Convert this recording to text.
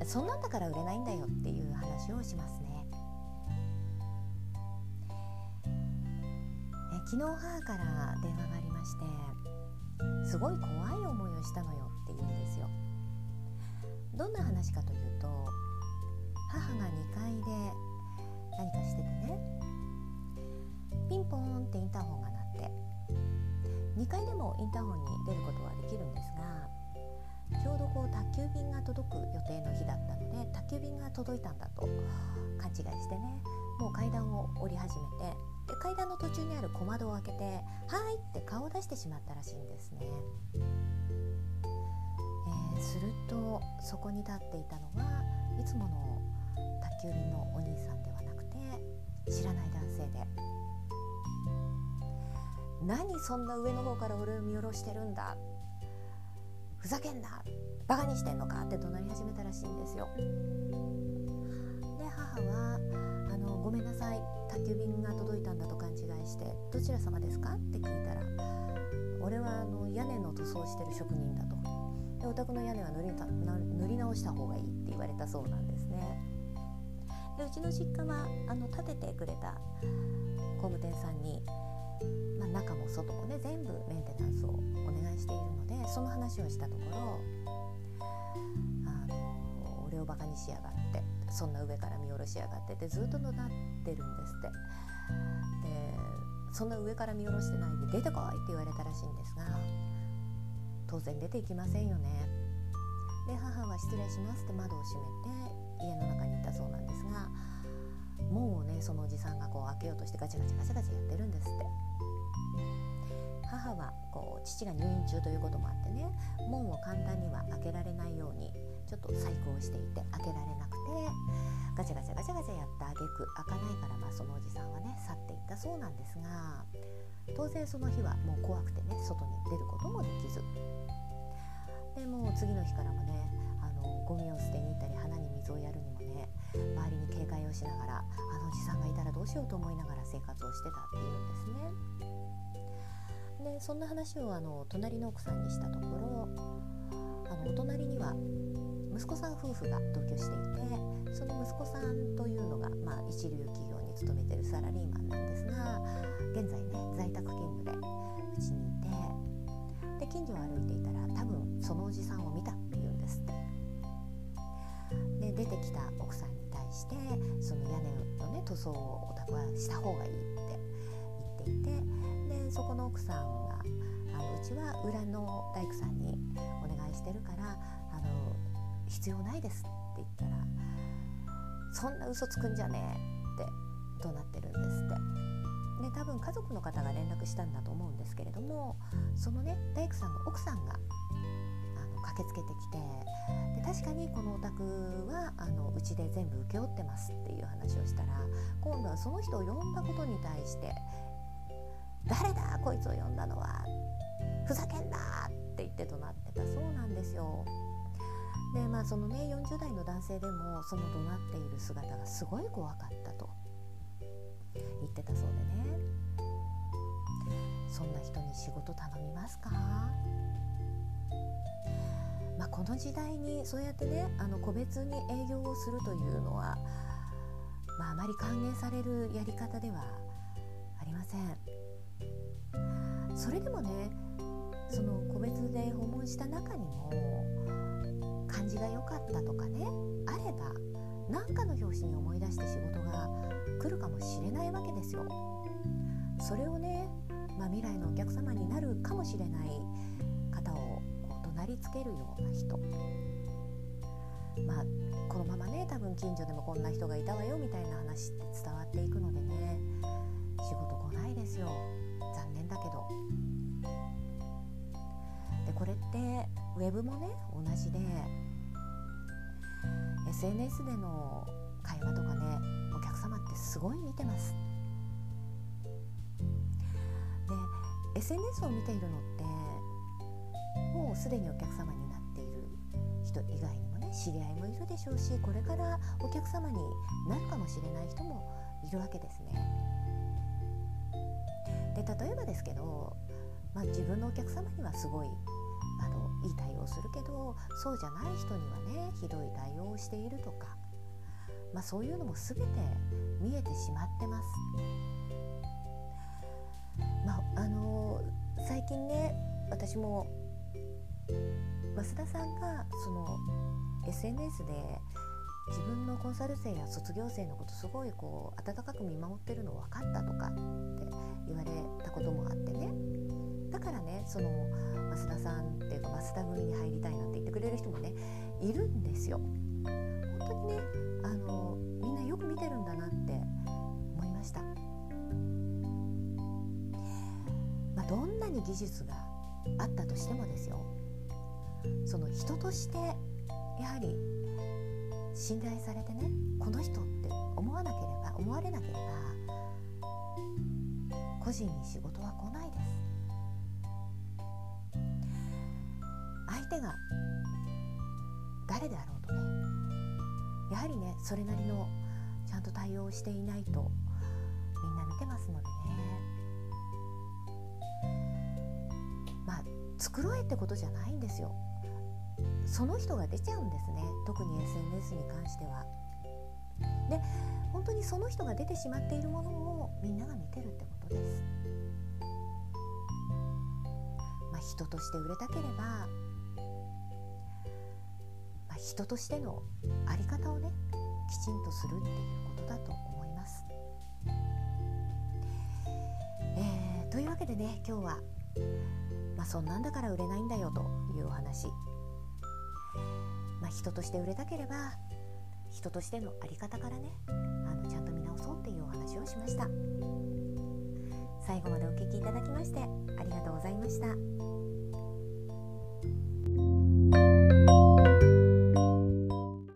そんなんだから売れないんだよっていう話をしますね。昨日母から電話がありまして、すごい怖い思いをしたのよって言うんですよ。どんな話かというと、母が2階で何かしててね、ピンポーンってインターホンが鳴って、2階でもインターホンに出ることはできるんですが、ちょうど宅急便が届く予定の日だったので、宅急便が届いたんだと勘違いしてね、もう階段を降り始めて、で階段の途中にある小窓を開けて、はいって顔を出してしまったらしいんですね。するとそこに立っていたのはいつもの宅急便のお兄さんではなくて、知らない男性で、何そんな上の方から俺を見下ろしてるんだ、ふざけんな、バカにしてんのかって怒鳴り始めたらしいんですよ。で母はごめんなさい、宅急便が届いたんだと勘違いして、どちら様ですかって聞いたら、俺は屋根の塗装してる職人だと、でお宅の屋根は塗り直した方がいいって言われたそうなんですね。でうちの実家は建ててくれた工務店さんに、中も外もね全部メンテナンスをお願いしているので、その話をしたところ、俺をバカにしやがって、そんな上から見下ろしやがってってずっと怒鳴ってるんですって。でそんな上から見下ろしてないで出てこいって言われたらしいんですが、当然出ていきませんよね。で母は失礼しますって窓を閉めて家の中に行ったそうなんですが、もうねそのおじさんが開けようとしてガチャガチャガチャガチャやってるんですって。母は父が入院中ということもあってね、門を簡単には開けられないようにちょっと細工をしていて開けられなくて、ガチャガチャガチャガチャやった挙句開かないから、そのおじさんはね去っていったそうなんですが、当然その日はもう怖くてね外に出ることもできず、でもう次の日からもねゴミを捨てに行ったり花に水をやるにもね、周りに警戒をしながら、おじさんがいたらどうしようと思いながら生活をしてたっていうんですね。でそんな話を隣の奥さんにしたところ、お隣には息子さん夫婦が同居していて、その息子さんというのが、一流企業に勤めてるサラリーマンなんですが、現在ね在宅勤務でうちにいて、で近所を歩いていたら多分そのおじさんを見たっていうんですって。で出てきた奥さんに対して、その屋根のね塗装をお宅はした方がいいって言っていて、でそこの奥さんがうちは裏の大工さんにお願いしてるから必要ないですって言ったら、そんな嘘つくんじゃねえって怒鳴ってるんですって。で多分家族の方が連絡したんだと思うんですけれども、そのね大工さんの奥さんが駆けつけてきて、で確かにこのお宅はうちで全部請け負ってますっていう話をしたら、今度はその人を呼んだことに対して、誰だこいつを呼んだのは、ふざけんなって言って怒鳴ってたそうなんですよ。でそのね40代の男性でもその怒鳴っている姿がすごい怖かったと言ってたそうでね、そんな人に仕事頼みますか？この時代にそうやってね個別に営業をするというのは、あまり歓迎されるやり方ではありません。それでもねその個別で訪問した中にも感じが良かったとかねあれば、何かの拍子に思い出して仕事が来るかもしれないわけですよ。それをね、未来のお客様になるかもしれない方を怒鳴りつけるような人、このままね多分近所でもこんな人がいたわよみたいな話って伝わっていくのでね、仕事来ないですよ、残念だけど。でこれってウェブもね同じで、 SNS での会話とかねお客様ってすごい見てます。で SNS を見ているのってもうすでにお客様になっている人以外にもね知り合いもいるでしょうし、これからお客様になるかもしれない人もいるわけですね。で例えばですけど、自分のお客様にはすごいいい対応をするけど、そうじゃない人にはねひどい対応をしているとか、そういうのも全て見えてしまってます。最近ね、私も増田さんがその SNS で自分のコンサル生や卒業生のことすごい温かく見守ってるの分かったとかって言われたこともあってね、だからね、その増田さんっていうか増田組に入りたいなんて言ってくれる人もねいるんですよ。本当にね、みんなよく見てるんだなって思いました。どんなに技術があったとしてもですよ、その人としてやはり信頼されてね、この人って思われなければ個人に仕事は来ないです。相手が誰であろうとね、やはりねそれなりのちゃんと対応していないとみんな見てますのでね、繕えってことじゃないんですよ。その人が出ちゃうんですね、特に SNS に関しては。で、本当にその人が出てしまっているものをみんなが見てるってことです。人として売れたければ、人としての在り方をねきちんとするっていうことだと思います。というわけでね、今日はそんなんだから売れないんだよというお話、人として売れたければ人としての在り方からねちゃんと見直そうっていうお話をしました。最後までお聞きいただきましてありがとうございました。